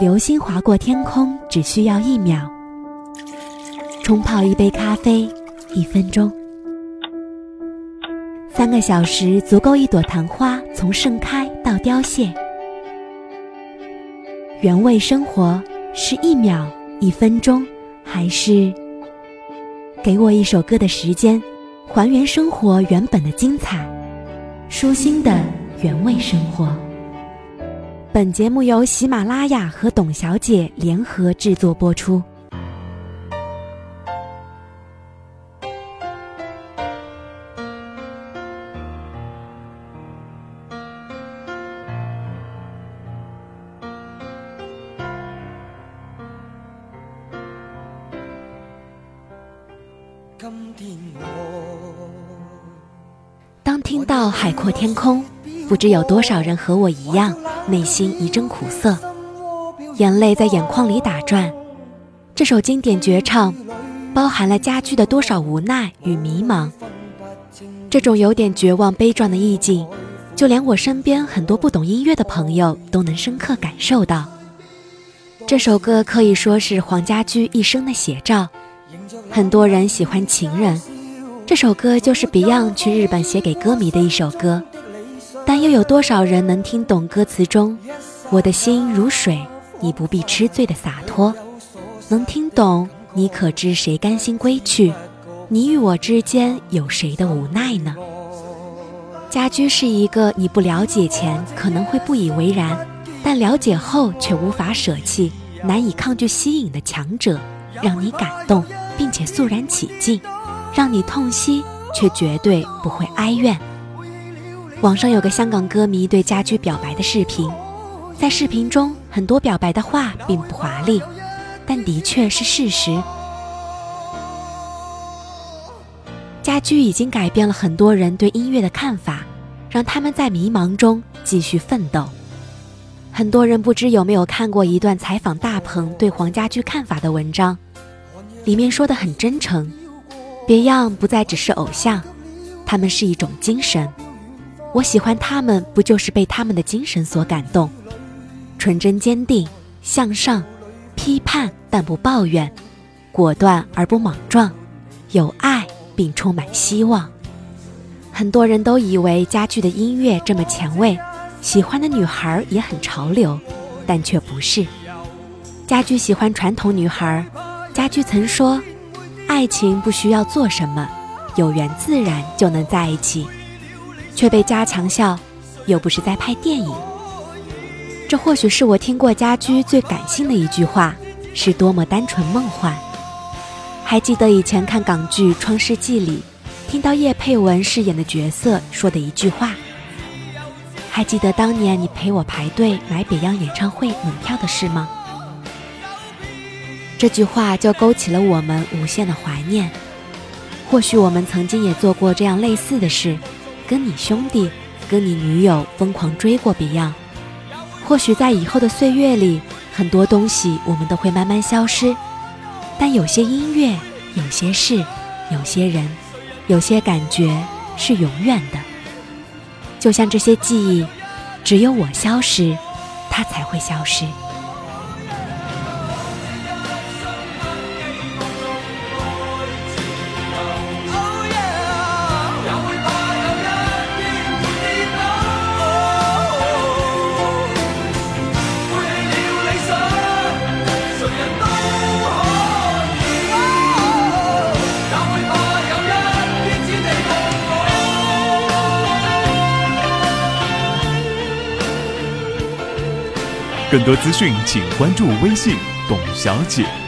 流星划过天空只需要1秒，冲泡一杯咖啡1分钟，3个小时足够一朵昙花从盛开到凋谢。原味生活是1秒、1分钟，还是给我一首歌的时间，还原生活原本的精彩？舒心的原味生活。本节目由喜马拉雅和董小姐联合制作播出。当听到海阔天空，不知有多少人和我一样，内心一阵苦涩，眼泪在眼眶里打转。这首经典绝唱包含了家驹的多少无奈与迷茫，这种有点绝望悲壮的意境，就连我身边很多不懂音乐的朋友都能深刻感受到。这首歌可以说是黄家驹一生的写照。很多人喜欢情人，这首歌就是 Beyond 去日本写给歌迷的一首歌，但又有多少人能听懂歌词中我的心如水，你不必痴醉的洒脱，能听懂你可知谁甘心归去，你与我之间有谁的无奈呢？家驹是一个你不了解前可能会不以为然，但了解后却无法舍弃，难以抗拒吸引的强者，让你感动并且肃然起敬，让你痛惜却绝对不会哀怨。网上有个香港歌迷对家驹表白的视频，在视频中很多表白的话并不华丽，但的确是事实。家驹已经改变了很多人对音乐的看法，让他们在迷茫中继续奋斗。很多人不知有没有看过一段采访大鹏对黄家驹看法的文章，里面说得很真诚，别样不再只是偶像，他们是一种精神。我喜欢他们，不就是被他们的精神所感动？纯真坚定，向上，批判但不抱怨，果断而不莽撞，有爱并充满希望。很多人都以为家驹的音乐这么前卫，喜欢的女孩也很潮流，但却不是。家驹喜欢传统女孩，家驹曾说，爱情不需要做什么，有缘自然就能在一起，却被家强笑，又不是在拍电影。这或许是我听过家驹最感性的一句话，是多么单纯梦幻。还记得以前看港剧《创世纪》里，听到叶佩文饰演的角色说的一句话，还记得当年你陪我排队买北洋演唱会门票的事吗？这句话就勾起了我们无限的怀念。或许我们曾经也做过这样类似的事，跟你兄弟，跟你女友疯狂追过 Beyond。或许在以后的岁月里，很多东西我们都会慢慢消失，但有些音乐，有些事，有些人，有些感觉是永远的。就像这些记忆，只有我消失，它才会消失。 更多资讯请关注微信董小姐。